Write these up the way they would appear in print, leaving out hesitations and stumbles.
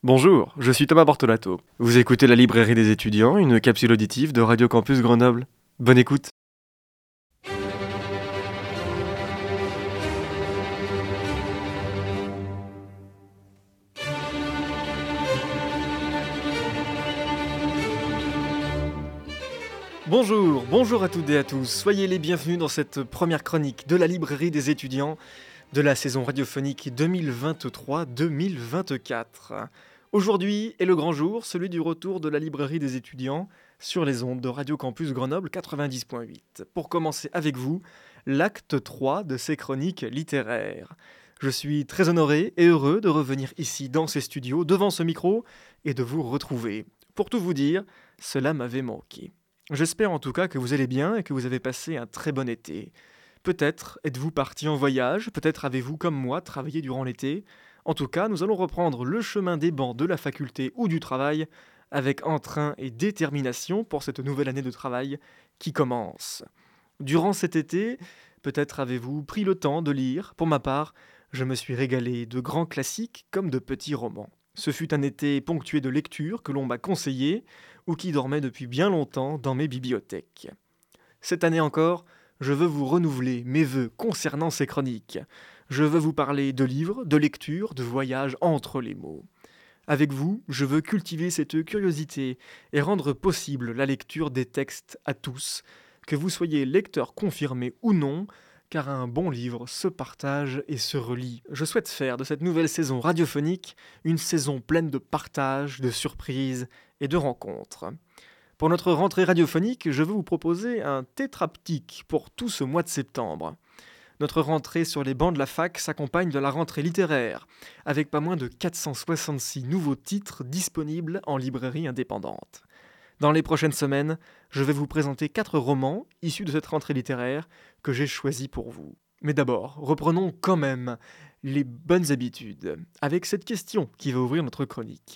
Bonjour, je suis Thomas Bortolato. Vous écoutez La Librairie des étudiants, une capsule auditive de Radio Campus Grenoble. Bonne écoute. Bonjour à toutes et à tous. Soyez les bienvenus dans cette première chronique de La Librairie des étudiants de la saison radiophonique 2023-2024. Aujourd'hui est le grand jour, celui du retour de La Librairie des étudiants sur les ondes de Radio Campus Grenoble 90.8. Pour commencer avec vous, l'acte 3 de ces chroniques littéraires. Je suis très honoré et heureux de revenir ici dans ces studios, devant ce micro, et de vous retrouver. Pour tout vous dire, cela m'avait manqué. J'espère en tout cas que vous allez bien et que vous avez passé un très bon été. Peut-être êtes-vous parti en voyage, peut-être avez-vous comme moi travaillé durant l'été. En tout cas, nous allons reprendre le chemin des bancs de la faculté ou du travail avec entrain et détermination pour cette nouvelle année de travail qui commence. Durant cet été, peut-être avez-vous pris le temps de lire. Pour ma part, je me suis régalé de grands classiques comme de petits romans. Ce fut un été ponctué de lectures que l'on m'a conseillées ou qui dormaient depuis bien longtemps dans mes bibliothèques. Cette année encore, je veux vous renouveler mes vœux concernant ces chroniques. Je veux vous parler de livres, de lectures, de voyages entre les mots. Avec vous, je veux cultiver cette curiosité et rendre possible la lecture des textes à tous, que vous soyez lecteur confirmé ou non, car un bon livre se partage et se relit. Je souhaite faire de cette nouvelle saison radiophonique une saison pleine de partage, de surprises et de rencontres. Pour notre rentrée radiophonique, je veux vous proposer un tétraptyque pour tout ce mois de septembre. Notre rentrée sur les bancs de la fac s'accompagne de la rentrée littéraire, avec pas moins de 466 nouveaux titres disponibles en librairie indépendante. Dans les prochaines semaines, je vais vous présenter 4 romans issus de cette rentrée littéraire que j'ai choisis pour vous. Mais d'abord, reprenons quand même les bonnes habitudes, avec cette question qui va ouvrir notre chronique.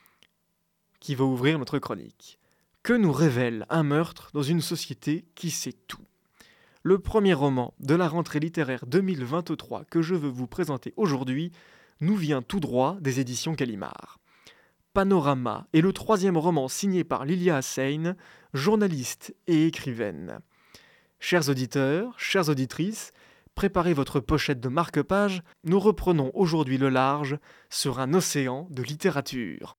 Que nous révèle un meurtre dans une société qui sait tout ? Le premier roman de la rentrée littéraire 2023 que je veux vous présenter aujourd'hui nous vient tout droit des éditions Gallimard. Panorama est le troisième roman signé par Lilia Hussein, journaliste et écrivaine. Chers auditeurs, chères auditrices, préparez votre pochette de marque-page, nous reprenons aujourd'hui le large sur un océan de littérature.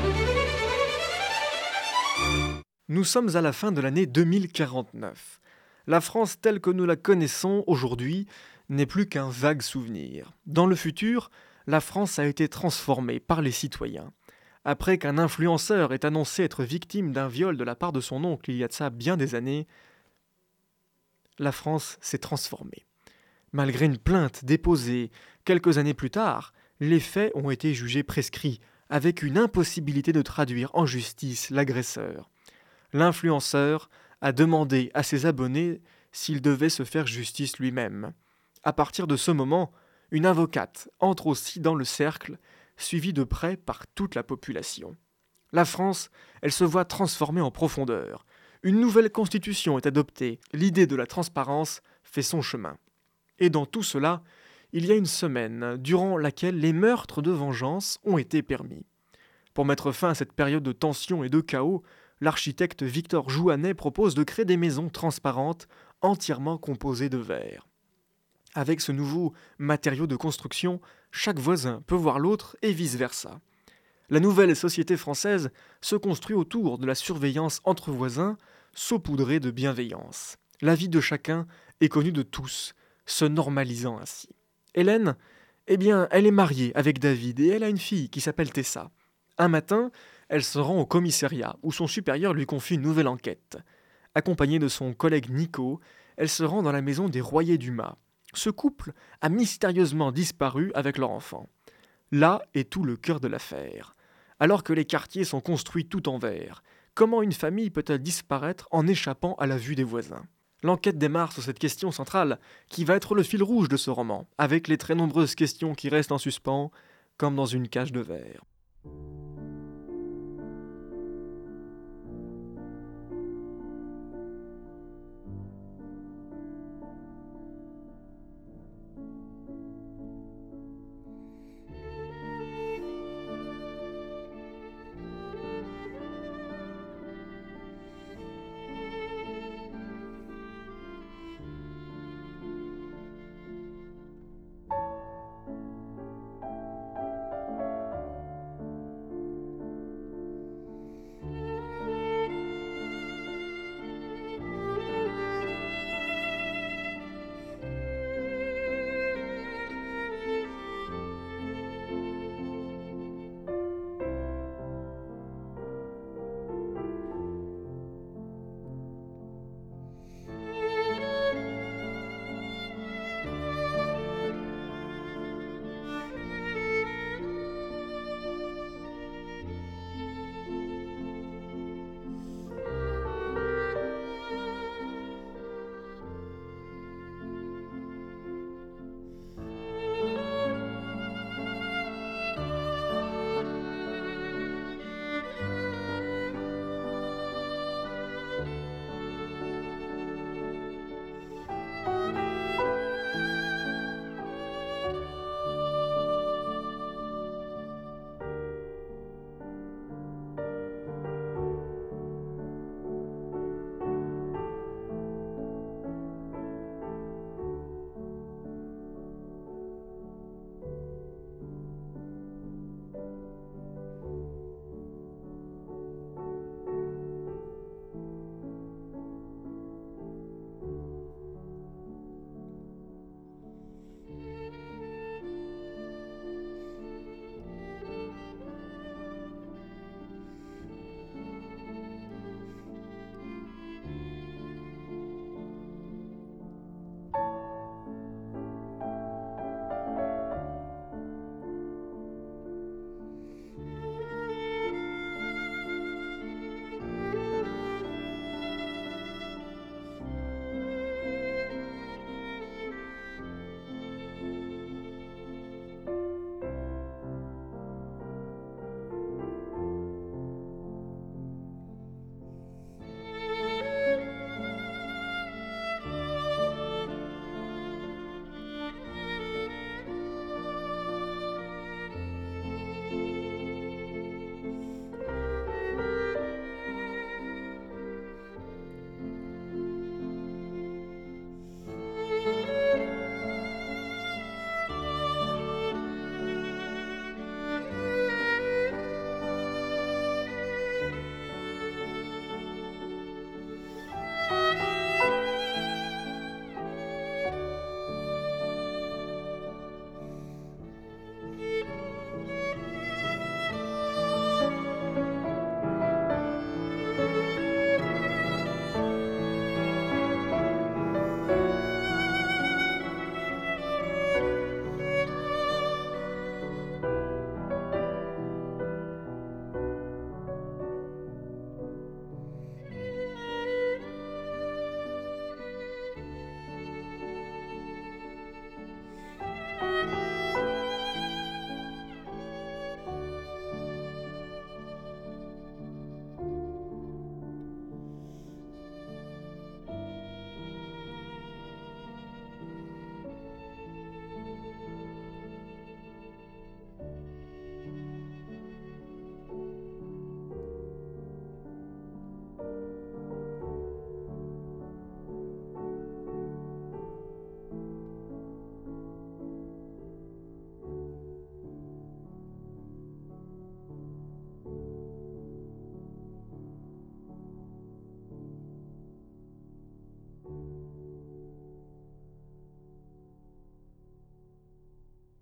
Nous sommes à la fin de l'année 2049. La France telle que nous la connaissons aujourd'hui n'est plus qu'un vague souvenir. Dans le futur, la France a été transformée par les citoyens. Après qu'un influenceur ait annoncé être victime d'un viol de la part de son oncle il y a de ça bien des années, la France s'est transformée. Malgré une plainte déposée quelques années plus tard, les faits ont été jugés prescrits, avec une impossibilité de traduire en justice l'agresseur. L'influenceur a demandé à ses abonnés s'il devait se faire justice lui-même. À partir de ce moment, une avocate entre aussi dans le cercle, suivie de près par toute la population. La France, elle se voit transformée en profondeur. Une nouvelle constitution est adoptée, l'idée de la transparence fait son chemin. Et dans tout cela, il y a une semaine durant laquelle les meurtres de vengeance ont été permis. Pour mettre fin à cette période de tension et de chaos, l'architecte Victor Jouannet propose de créer des maisons transparentes entièrement composées de verre. Avec ce nouveau matériau de construction, chaque voisin peut voir l'autre et vice-versa. La nouvelle société française se construit autour de la surveillance entre voisins, saupoudrée de bienveillance. La vie de chacun est connue de tous, se normalisant ainsi. Hélène, elle est mariée avec David et elle a une fille qui s'appelle Tessa. Un matin, elle se rend au commissariat où son supérieur lui confie une nouvelle enquête. Accompagnée de son collègue Nico, elle se rend dans la maison des Royer-Dumas. Ce couple a mystérieusement disparu avec leur enfant. Là est tout le cœur de l'affaire. Alors que les quartiers sont construits tout en verre, comment une famille peut-elle disparaître en échappant à la vue des voisins ? L'enquête démarre sur cette question centrale, qui va être le fil rouge de ce roman, avec les très nombreuses questions qui restent en suspens, comme dans une cage de verre.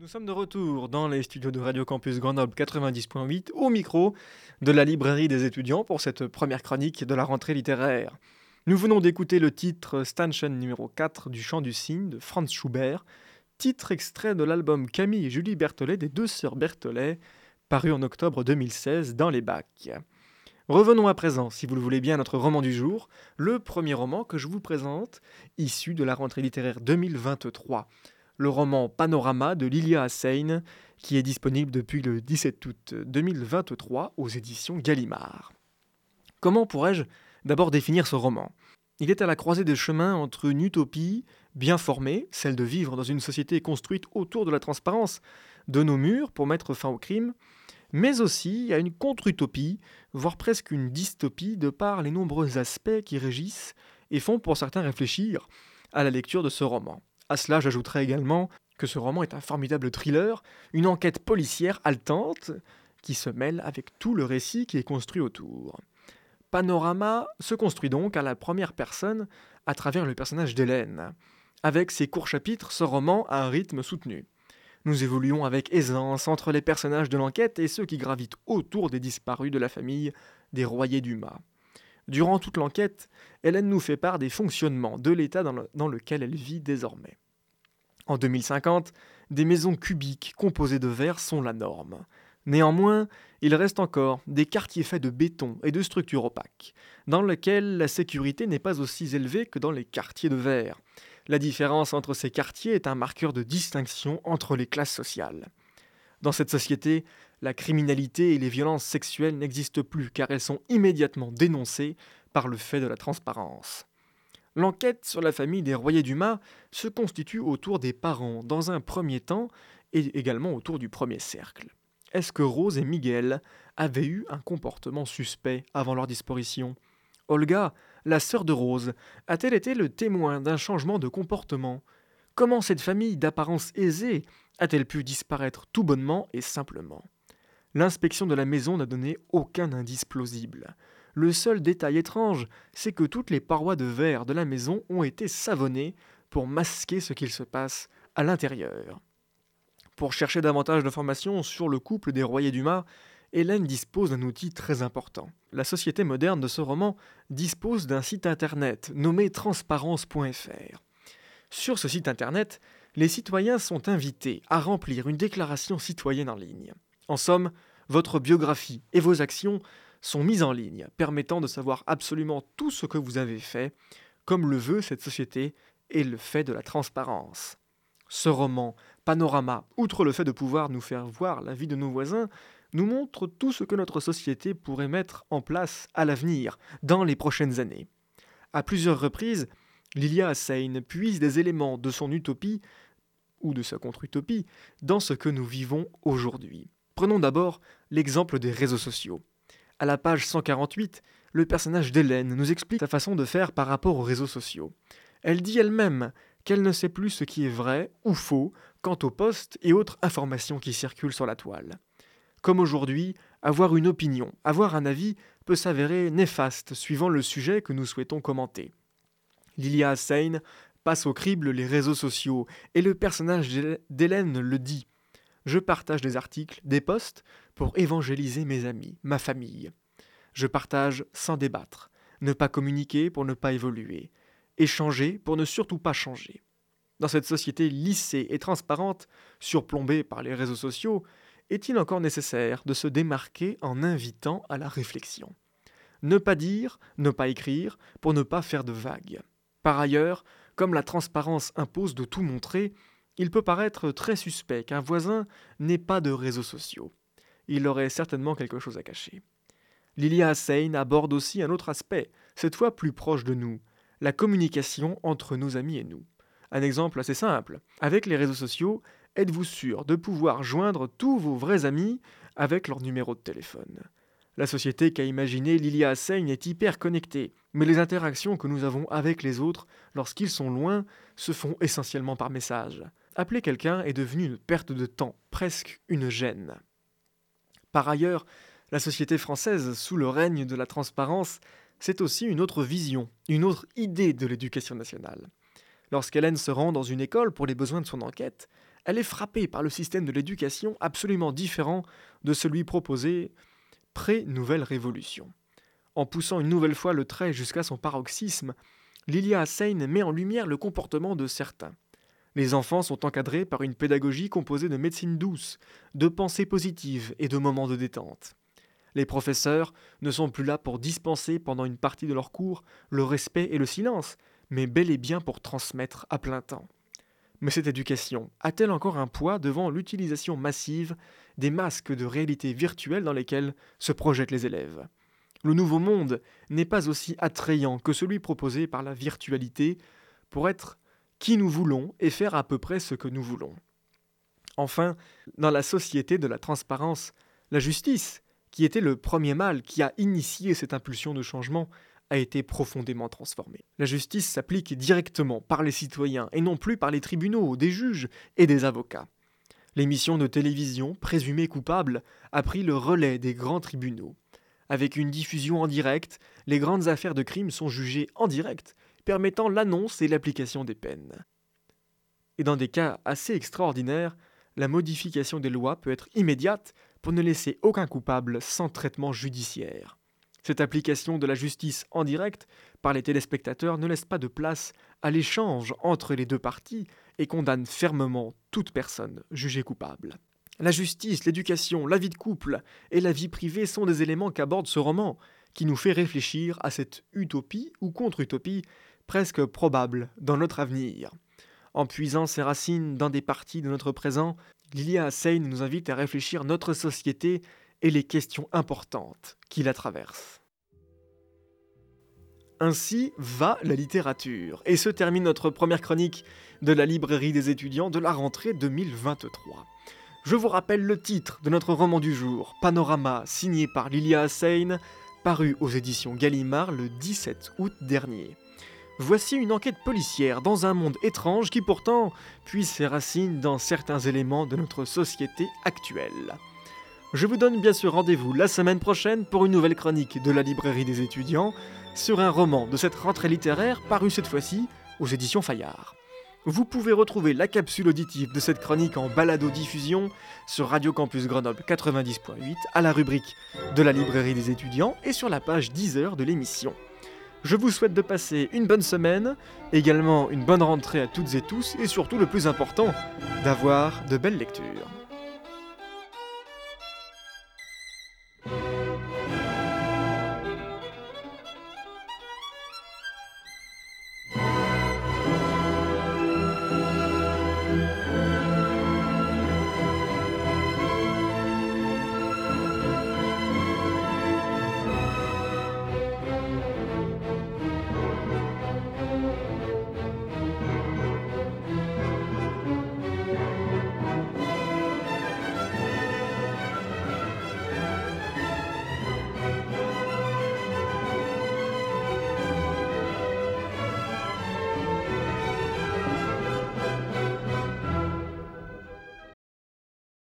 Nous sommes de retour dans les studios de Radio Campus Grenoble 90.8 au micro de la librairie des étudiants pour cette première chronique de la rentrée littéraire. Nous venons d'écouter le titre Stanchen numéro 4 du Chant du Cygne de Franz Schubert, titre extrait de l'album Camille et Julie Berthollet des deux sœurs Berthollet, paru en octobre 2016 dans les bacs. Revenons à présent, si vous le voulez bien, à notre roman du jour, le premier roman que je vous présente, issu de la rentrée littéraire 2023. Le roman Panorama de Lilia Hussein, qui est disponible depuis le 17 août 2023 aux éditions Gallimard. Comment pourrais-je d'abord définir ce roman ? Il est à la croisée des chemins entre une utopie bien formée, celle de vivre dans une société construite autour de la transparence de nos murs pour mettre fin au crime, mais aussi à une contre-utopie, voire presque une dystopie, de par les nombreux aspects qui régissent et font pour certains réfléchir à la lecture de ce roman. À cela, j'ajouterai également que ce roman est un formidable thriller, une enquête policière haletante qui se mêle avec tout le récit qui est construit autour. Panorama se construit donc à la première personne à travers le personnage d'Hélène. Avec ses courts chapitres, ce roman a un rythme soutenu. Nous évoluons avec aisance entre les personnages de l'enquête et ceux qui gravitent autour des disparus de la famille des Royer-Dumas. Durant toute l'enquête, Hélène nous fait part des fonctionnements de l'État dans lequel elle vit désormais. En 2050, des maisons cubiques composées de verre sont la norme. Néanmoins, il reste encore des quartiers faits de béton et de structures opaques, dans lesquels la sécurité n'est pas aussi élevée que dans les quartiers de verre. La différence entre ces quartiers est un marqueur de distinction entre les classes sociales. Dans cette société, la criminalité et les violences sexuelles n'existent plus car elles sont immédiatement dénoncées par le fait de la transparence. L'enquête sur la famille des Royer-Dumas se constitue autour des parents dans un premier temps et également autour du premier cercle. Est-ce que Rose et Miguel avaient eu un comportement suspect avant leur disparition ? Olga, la sœur de Rose, a-t-elle été le témoin d'un changement de comportement ? Comment cette famille d'apparence aisée a-t-elle pu disparaître tout bonnement et simplement ? L'inspection de la maison n'a donné aucun indice plausible. Le seul détail étrange, c'est que toutes les parois de verre de la maison ont été savonnées pour masquer ce qu'il se passe à l'intérieur. Pour chercher davantage d'informations sur le couple des Royer-Dumas, Hélène dispose d'un outil très important. La société moderne de ce roman dispose d'un site internet nommé transparence.fr. Sur ce site internet, les citoyens sont invités à remplir une déclaration citoyenne en ligne. En somme, votre biographie et vos actions sont mises en ligne, permettant de savoir absolument tout ce que vous avez fait, comme le veut cette société et le fait de la transparence. Ce roman, Panorama, outre le fait de pouvoir nous faire voir la vie de nos voisins, nous montre tout ce que notre société pourrait mettre en place à l'avenir, dans les prochaines années. À plusieurs reprises, Lilia Hussein puise des éléments de son utopie, ou de sa contre-utopie, dans ce que nous vivons aujourd'hui. Prenons d'abord l'exemple des réseaux sociaux. À la page 148, le personnage d'Hélène nous explique sa façon de faire par rapport aux réseaux sociaux. Elle dit elle-même qu'elle ne sait plus ce qui est vrai ou faux quant aux posts et autres informations qui circulent sur la toile. Comme aujourd'hui, avoir une opinion, avoir un avis peut s'avérer néfaste suivant le sujet que nous souhaitons commenter. Lilia Hussein passe au crible les réseaux sociaux et le personnage d'Hélène le dit. Je partage des articles, des posts pour évangéliser mes amis, ma famille. Je partage sans débattre, ne pas communiquer pour ne pas évoluer, échanger pour ne surtout pas changer. Dans cette société lissée et transparente, surplombée par les réseaux sociaux, est-il encore nécessaire de se démarquer en invitant à la réflexion ? Ne pas dire, ne pas écrire, pour ne pas faire de vagues. Par ailleurs, comme la transparence impose de tout montrer, il peut paraître très suspect qu'un voisin n'ait pas de réseaux sociaux. Il aurait certainement quelque chose à cacher. Lilia Hussein aborde aussi un autre aspect, cette fois plus proche de nous, la communication entre nos amis et nous. Un exemple assez simple. Avec les réseaux sociaux, êtes-vous sûr de pouvoir joindre tous vos vrais amis avec leur numéro de téléphone ? La société qu'a imaginée Lilia Hussein est hyper connectée, mais les interactions que nous avons avec les autres lorsqu'ils sont loin se font essentiellement par message. Appeler quelqu'un est devenu une perte de temps, presque une gêne. Par ailleurs, la société française, sous le règne de la transparence, c'est aussi une autre vision, une autre idée de l'éducation nationale. Lorsqu'Hélène se rend dans une école pour les besoins de son enquête, Elle est frappée par le système de l'éducation absolument différent de celui proposé pré-Nouvelle Révolution. En poussant une nouvelle fois le trait jusqu'à son paroxysme, Lilia Hussein met en lumière le comportement de certains. Les enfants sont encadrés par une pédagogie composée de médecine douce, de pensée positive et de moments de détente. Les professeurs ne sont plus là pour dispenser pendant une partie de leur cours le respect et le silence, mais bel et bien pour transmettre à plein temps. Mais cette éducation a-t-elle encore un poids devant l'utilisation massive des masques de réalité virtuelle dans lesquels se projettent les élèves ? Le nouveau monde n'est pas aussi attrayant que celui proposé par la virtualité pour être qui nous voulons et faire à peu près ce que nous voulons. Enfin, dans la société de la transparence, la justice, qui était le premier mal qui a initié cette impulsion de changement, a été profondément transformée. La justice s'applique directement par les citoyens et non plus par les tribunaux, des juges et des avocats. L'émission de télévision, présumée coupable, a pris le relais des grands tribunaux. Avec une diffusion en direct, les grandes affaires de crime sont jugées en direct, permettant l'annonce et l'application des peines. Et dans des cas assez extraordinaires, la modification des lois peut être immédiate pour ne laisser aucun coupable sans traitement judiciaire. Cette application de la justice en direct par les téléspectateurs ne laisse pas de place à l'échange entre les deux parties et condamne fermement toute personne jugée coupable. La justice, l'éducation, la vie de couple et la vie privée sont des éléments qu'aborde ce roman, qui nous fait réfléchir à cette utopie ou contre-utopie presque probable dans notre avenir. En puisant ses racines dans des parties de notre présent, Lilia Hussein nous invite à réfléchir notre société et les questions importantes qui la traversent. Ainsi va la littérature, et se termine notre première chronique de la librairie des étudiants de la rentrée 2023. Je vous rappelle le titre de notre roman du jour, Panorama, signé par Lilia Hussein, paru aux éditions Gallimard le 17 août dernier. Voici une enquête policière dans un monde étrange qui pourtant puise ses racines dans certains éléments de notre société actuelle. Je vous donne bien sûr rendez-vous la semaine prochaine pour une nouvelle chronique de la librairie des étudiants sur un roman de cette rentrée littéraire paru cette fois-ci aux éditions Fayard. Vous pouvez retrouver la capsule auditive de cette chronique en balado-diffusion sur Radio Campus Grenoble 90.8 à la rubrique de la librairie des étudiants et sur la page Deezer de l'émission. Je vous souhaite de passer une bonne semaine, également une bonne rentrée à toutes et tous et surtout le plus important, d'avoir de belles lectures.